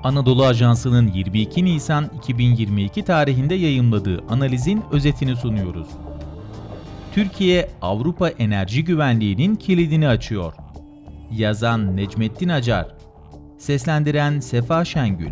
Anadolu Ajansı'nın 22 Nisan 2022 tarihinde yayımladığı analizin özetini sunuyoruz. Türkiye, Avrupa enerji güvenliğinin kilidini açıyor. Yazan Necmettin Acar, seslendiren Sefa Şengül.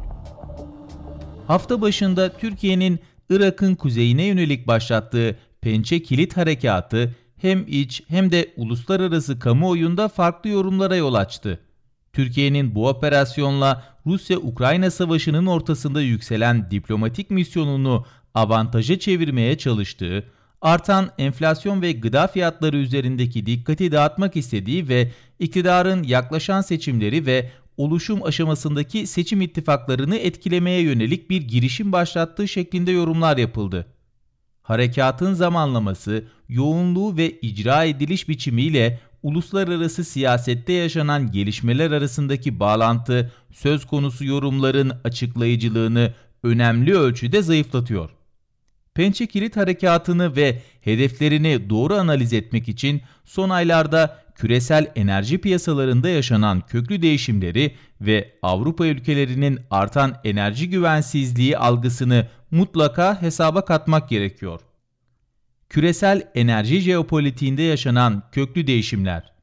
Hafta başında Türkiye'nin Irak'ın kuzeyine yönelik başlattığı Pençe Kilit Harekatı hem iç hem de uluslararası kamuoyunda farklı yorumlara yol açtı. Türkiye'nin bu operasyonla Rusya-Ukrayna savaşının ortasında yükselen diplomatik misyonunu avantaja çevirmeye çalıştığı, artan enflasyon ve gıda fiyatları üzerindeki dikkati dağıtmak istediği ve iktidarın yaklaşan seçimleri ve oluşum aşamasındaki seçim ittifaklarını etkilemeye yönelik bir girişim başlattığı şeklinde yorumlar yapıldı. Harekatın zamanlaması, yoğunluğu ve icra ediliş biçimiyle uluslararası siyasette yaşanan gelişmeler arasındaki bağlantı, söz konusu yorumların açıklayıcılığını önemli ölçüde zayıflatıyor. Pençe Kilit Harekatı'nı ve hedeflerini doğru analiz etmek için son aylarda küresel enerji piyasalarında yaşanan köklü değişimleri ve Avrupa ülkelerinin artan enerji güvensizliği algısını mutlaka hesaba katmak gerekiyor. Küresel enerji jeopolitiğinde yaşanan köklü değişimler.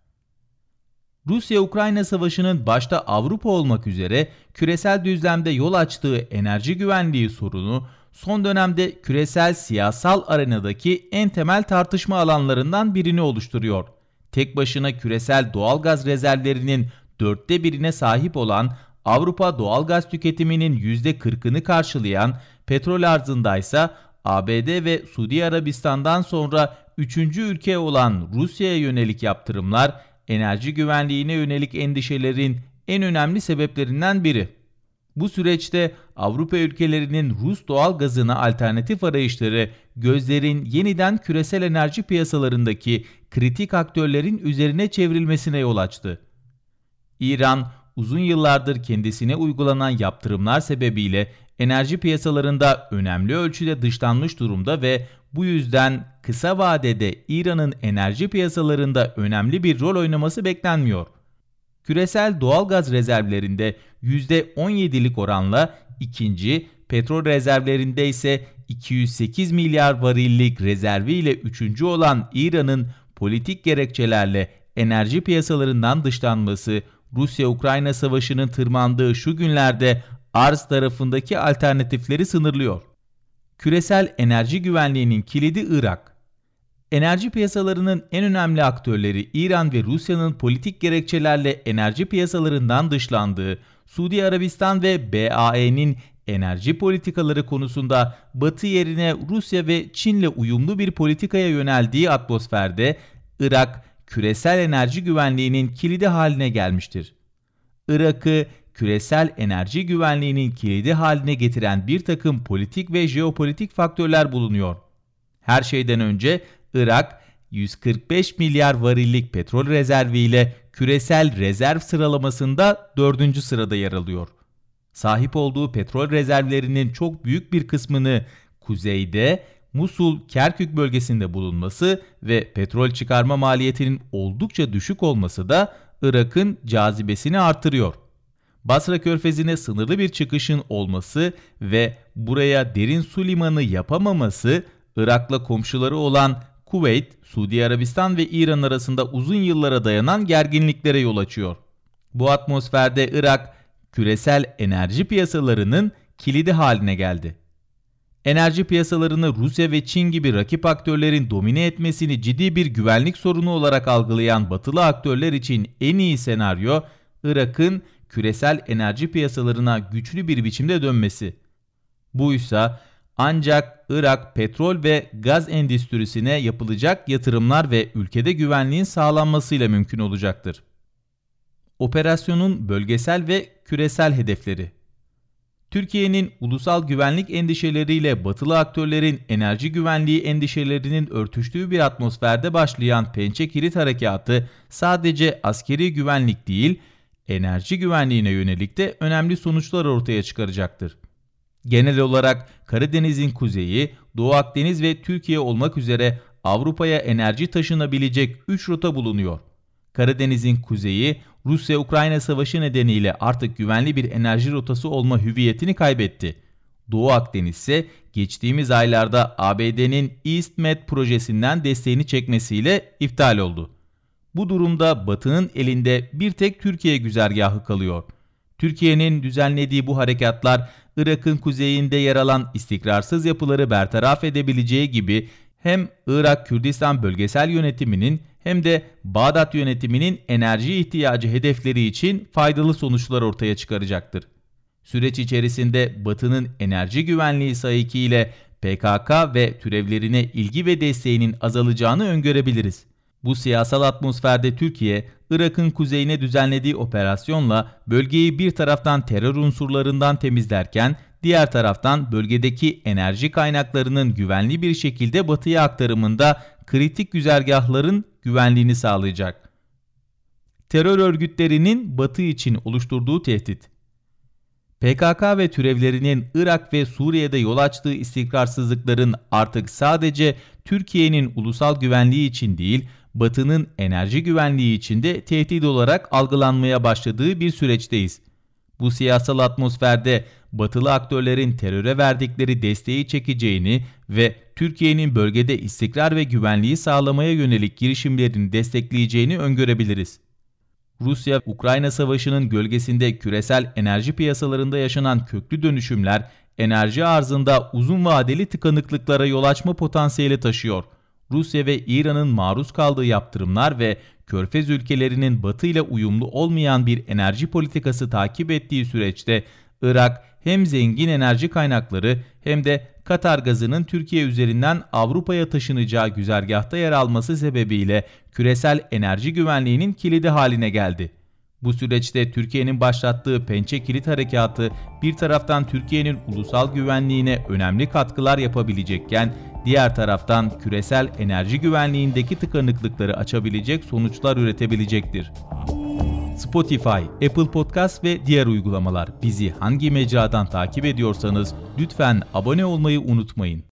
Rusya-Ukrayna savaşının başta Avrupa olmak üzere küresel düzlemde yol açtığı enerji güvenliği sorunu, son dönemde küresel siyasal arenadaki en temel tartışma alanlarından birini oluşturuyor. Tek başına küresel doğalgaz rezervlerinin 1/4'ine sahip olan, Avrupa doğalgaz tüketiminin %40'ını karşılayan, petrol arzındaysa ABD ve Suudi Arabistan'dan sonra 3. ülke olan Rusya'ya yönelik yaptırımlar, enerji güvenliğine yönelik endişelerin en önemli sebeplerinden biri. Bu süreçte Avrupa ülkelerinin Rus doğal gazına alternatif arayışları, gözlerin yeniden küresel enerji piyasalarındaki kritik aktörlerin üzerine çevrilmesine yol açtı. İran, uzun yıllardır kendisine uygulanan yaptırımlar sebebiyle enerji piyasalarında önemli ölçüde dışlanmış durumda ve bu yüzden kısa vadede İran'ın enerji piyasalarında önemli bir rol oynaması beklenmiyor. Küresel doğalgaz rezervlerinde %17'lik oranla ikinci, petrol rezervlerinde ise 208 milyar varillik rezerviyle üçüncü olan İran'ın politik gerekçelerle enerji piyasalarından dışlanması, Rusya-Ukrayna savaşının tırmandığı şu günlerde arz tarafındaki alternatifleri sınırlıyor. Küresel enerji güvenliğinin kilidi Irak. Enerji piyasalarının en önemli aktörleri İran ve Rusya'nın politik gerekçelerle enerji piyasalarından dışlandığı, Suudi Arabistan ve BAE'nin enerji politikaları konusunda Batı yerine Rusya ve Çin'le uyumlu bir politikaya yöneldiği atmosferde Irak, küresel enerji güvenliğinin kilidi haline gelmiştir. Irak'ı küresel enerji güvenliğinin kilidi haline getiren bir takım politik ve jeopolitik faktörler bulunuyor. Her şeyden önce Irak, 145 milyar varillik petrol rezerviyle küresel rezerv sıralamasında 4. sırada yer alıyor. Sahip olduğu petrol rezervlerinin çok büyük bir kısmını kuzeyde, Musul, Kerkük bölgesinde bulunması ve petrol çıkarma maliyetinin oldukça düşük olması da Irak'ın cazibesini artırıyor. Basra Körfezi'ne sınırlı bir çıkışın olması ve buraya derin su limanı yapamaması, Irak'la komşuları olan Kuveyt, Suudi Arabistan ve İran arasında uzun yıllara dayanan gerginliklere yol açıyor. Bu atmosferde Irak, küresel enerji piyasalarının kilidi haline geldi. Enerji piyasalarını Rusya ve Çin gibi rakip aktörlerin domine etmesini ciddi bir güvenlik sorunu olarak algılayan batılı aktörler için en iyi senaryo, Irak'ın küresel enerji piyasalarına güçlü bir biçimde dönmesi. Buysa ancak Irak petrol ve gaz endüstrisine yapılacak yatırımlar ve ülkede güvenliğin sağlanmasıyla mümkün olacaktır. Operasyonun bölgesel ve küresel hedefleri. Türkiye'nin ulusal güvenlik endişeleriyle batılı aktörlerin enerji güvenliği endişelerinin örtüştüğü bir atmosferde başlayan Pençe Kilit Harekatı sadece askeri güvenlik değil, enerji güvenliğine yönelik de önemli sonuçlar ortaya çıkaracaktır. Genel olarak Karadeniz'in kuzeyi, Doğu Akdeniz ve Türkiye olmak üzere Avrupa'ya enerji taşınabilecek 3 rota bulunuyor. Karadeniz'in kuzeyi, Rusya-Ukrayna savaşı nedeniyle artık güvenli bir enerji rotası olma hüviyetini kaybetti. Doğu Akdeniz ise geçtiğimiz aylarda ABD'nin EastMed projesinden desteğini çekmesiyle iptal oldu. Bu durumda Batı'nın elinde bir tek Türkiye güzergahı kalıyor. Türkiye'nin düzenlediği bu harekatlar Irak'ın kuzeyinde yer alan istikrarsız yapıları bertaraf edebileceği gibi hem Irak Kürdistan bölgesel yönetiminin hem de Bağdat yönetiminin enerji ihtiyacı hedefleri için faydalı sonuçlar ortaya çıkaracaktır. Süreç içerisinde Batı'nın enerji güvenliği sahiki ile PKK ve türevlerine ilgi ve desteğinin azalacağını öngörebiliriz. Bu siyasal atmosferde Türkiye, Irak'ın kuzeyine düzenlediği operasyonla bölgeyi bir taraftan terör unsurlarından temizlerken, diğer taraftan bölgedeki enerji kaynaklarının güvenli bir şekilde Batı'ya aktarımında kritik güzergahların güvenliğini sağlayacak. Terör örgütlerinin Batı için oluşturduğu tehdit. PKK ve türevlerinin Irak ve Suriye'de yol açtığı istikrarsızlıkların artık sadece Türkiye'nin ulusal güvenliği için değil, Batı'nın enerji güvenliği için de tehdit olarak algılanmaya başladığı bir süreçteyiz. Bu siyasal atmosferde Batılı aktörlerin teröre verdikleri desteği çekeceğini ve Türkiye'nin bölgede istikrar ve güvenliği sağlamaya yönelik girişimlerini destekleyeceğini öngörebiliriz. Rusya-Ukrayna savaşının gölgesinde küresel enerji piyasalarında yaşanan köklü dönüşümler, enerji arzında uzun vadeli tıkanıklıklara yol açma potansiyeli taşıyor. Rusya ve İran'ın maruz kaldığı yaptırımlar ve Körfez ülkelerinin Batı ile uyumlu olmayan bir enerji politikası takip ettiği süreçte Irak hem zengin enerji kaynakları hem de Katar gazının Türkiye üzerinden Avrupa'ya taşınacağı güzergahta yer alması sebebiyle küresel enerji güvenliğinin kilidi haline geldi. Bu süreçte Türkiye'nin başlattığı Pençe Kilit Harekatı bir taraftan Türkiye'nin ulusal güvenliğine önemli katkılar yapabilecekken, diğer taraftan küresel enerji güvenliğindeki tıkanıklıkları açabilecek sonuçlar üretebilecektir. Spotify, Apple Podcast ve diğer uygulamalar. Bizi hangi mecradan takip ediyorsanız lütfen abone olmayı unutmayın.